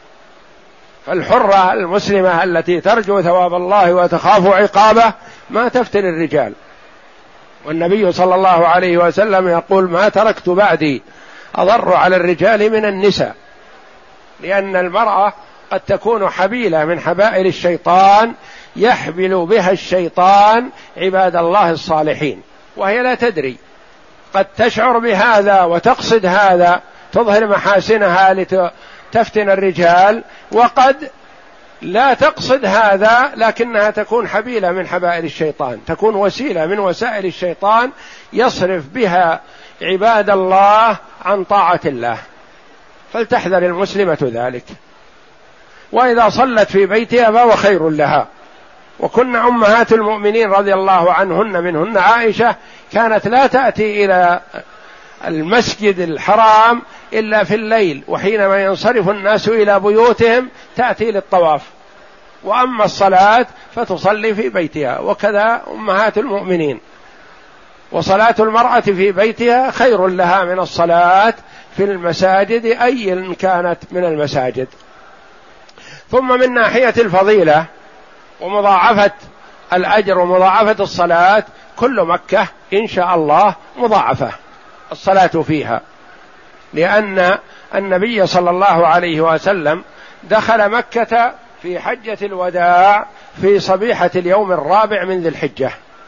فالحرة المسلمة التي ترجو ثواب الله وتخاف عقابه ما تفتن الرجال، والنبي صلى الله عليه وسلم يقول: ما تركت بعدي أضر على الرجال من النساء، لأن المرأة قد تكون حبيلة من حبائل الشيطان يحبل بها الشيطان عباد الله الصالحين وهي لا تدري، قد تشعر بهذا وتقصد هذا، تظهر محاسنها لتفتن الرجال، وقد لا تقصد هذا لكنها تكون حبيلة من حبائل الشيطان، تكون وسيلة من وسائل الشيطان يصرف بها عباد الله عن طاعة الله، فلتحذر المسلمة ذلك. وإذا صلت في بيتها فهو خير لها. وكن أمهات المؤمنين رضي الله عنهن منهن عائشة كانت لا تأتي إلى المسجد الحرام إلا في الليل، وحينما ينصرف الناس إلى بيوتهم تأتي للطواف، وأما الصلاة فتصلي في بيتها، وكذا أمهات المؤمنين. وصلاة المرأة في بيتها خير لها من الصلاة في المساجد أي كانت من المساجد. ثم من ناحية الفضيلة ومضاعفة الأجر ومضاعفة الصلاة، كل مكة إن شاء الله مضاعفة الصلاة فيها، لأن النبي صلى الله عليه وسلم دخل مكة في حجة الوداع في صبيحة اليوم الرابع من ذي الحجة،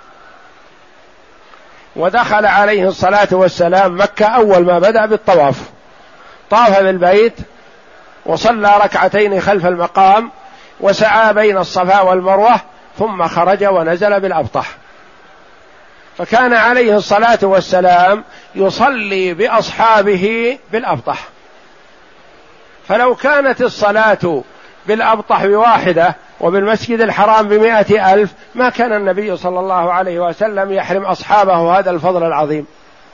ودخل عليه الصلاة والسلام مكة أول ما بدأ بالطواف، طاف بالبيت وصلى ركعتين خلف المقام وسعى بين الصفا والمروة، ثم خرج ونزل بالأبطح. فكان عليه الصلاة والسلام يصلي بأصحابه بالأبطح، فلو كانت الصلاة بالأبطح بواحدة وبالمسجد الحرام بمائة ألف ما كان النبي صلى الله عليه وسلم يحرم أصحابه هذا الفضل العظيم،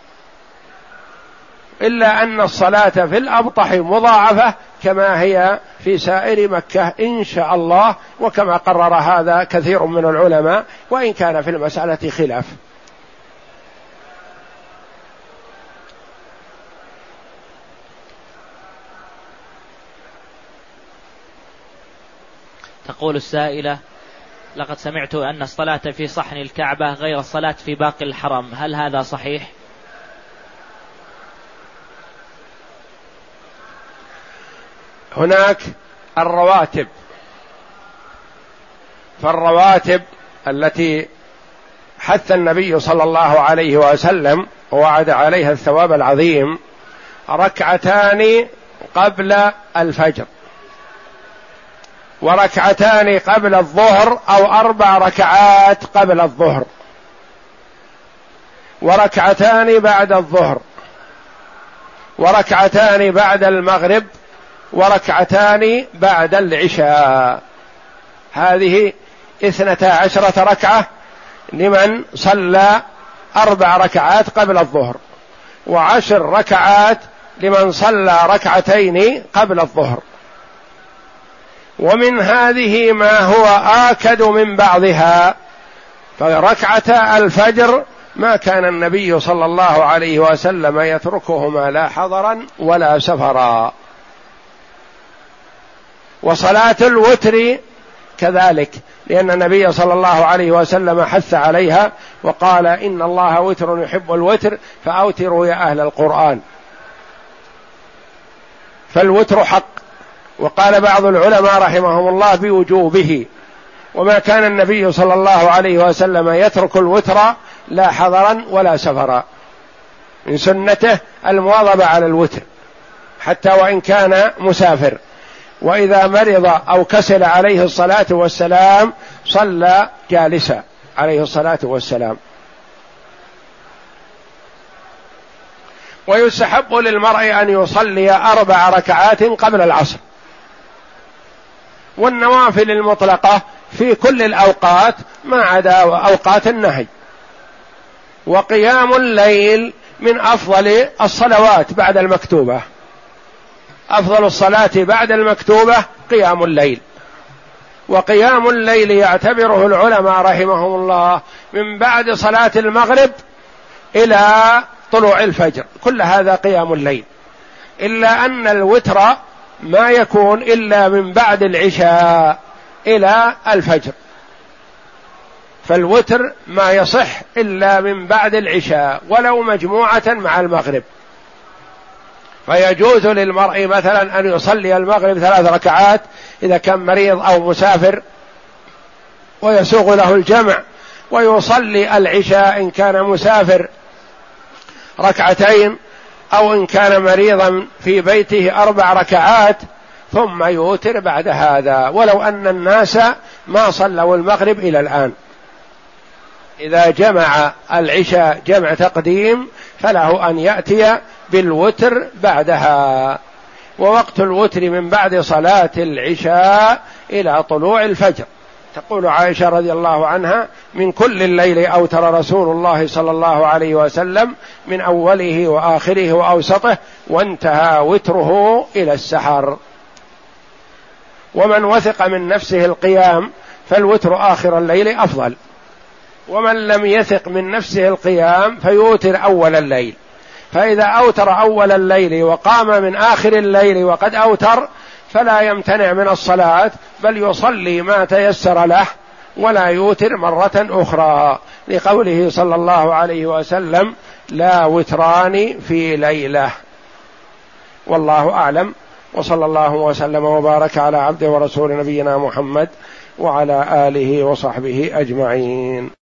إلا أن الصلاة في الأبطح مضاعفة كما هي في سائر مكة إن شاء الله، وكما قرر هذا كثير من العلماء، وإن كان في المسألة خلاف. تقول السائلة: لقد سمعت أن الصلاة في صحن الكعبة غير الصلاة في باقي الحرم، هل هذا صحيح؟ هناك الرواتب، فالرواتب التي حث النبي صلى الله عليه وسلم ووعد عليها الثواب العظيم ركعتان قبل الفجر، وركعتان قبل الظهر أو أربع ركعات قبل الظهر، وركعتان بعد الظهر، وركعتان بعد المغرب، وركعتان بعد العشاء. هذه اثنتا عشرة ركعة لمن صلى أربع ركعات قبل الظهر، وعشر ركعات لمن صلى ركعتين قبل الظهر. ومن هذه ما هو آكد من بعضها، فركعتا الفجر ما كان النبي صلى الله عليه وسلم يتركهما لا حضرا ولا سفرا، وصلاة الوتر كذلك، لأن النبي صلى الله عليه وسلم حث عليها وقال: إن الله وتر يحب الوتر فأوتروا يا أهل القرآن. فالوتر حق، وقال بعض العلماء رحمهم الله بوجوبه، وما كان النبي صلى الله عليه وسلم يترك الوتر لا حضرا ولا سفرا، من سنته المواظبة على الوتر حتى وإن كان مسافر، وإذا مرض أو كسل عليه الصلاة والسلام صلى جالسا عليه الصلاة والسلام. ويستحب للمرء أن يصلي أربع ركعات قبل العصر، والنوافل المطلقة في كل الأوقات ما عدا أوقات النهي. وقيام الليل من أفضل الصلوات بعد المكتوبة، أفضل الصلاة بعد المكتوبة قيام الليل، وقيام الليل يعتبره العلماء رحمهم الله من بعد صلاة المغرب إلى طلوع الفجر، كل هذا قيام الليل، إلا أن الوتر ما يكون إلا من بعد العشاء إلى الفجر، فالوتر ما يصح إلا من بعد العشاء ولو مجموعة مع المغرب. فيجوز للمرء مثلا أن يصلي المغرب ثلاث ركعات إذا كان مريض أو مسافر ويسوغ له الجمع، ويصلي العشاء إن كان مسافر ركعتين، أو إن كان مريضا في بيته أربع ركعات، ثم يوتر بعد هذا، ولو أن الناس ما صلوا المغرب إلى الآن. إذا جمع العشاء جمع تقديم فله أن يأتي بالوتر بعدها، ووقت الوتر من بعد صلاة العشاء إلى طلوع الفجر. تقول عائشة رضي الله عنها: من كل الليل أوتر رسول الله صلى الله عليه وسلم من أوله وآخره وأوسطه، وانتهى وتره إلى السحر. ومن وثق من نفسه القيام فالوتر آخر الليل أفضل، ومن لم يثق من نفسه القيام فيوتر أول الليل. فإذا أوتر أول الليل وقام من آخر الليل وقد أوتر فلا يمتنع من الصلاة، بل يصلي ما تيسر له ولا يوتر مرة أخرى، لقوله صلى الله عليه وسلم: لا وتران في ليلة. والله أعلم، وصلى الله وسلم وبارك على عبده ورسول نبينا محمد وعلى آله وصحبه أجمعين.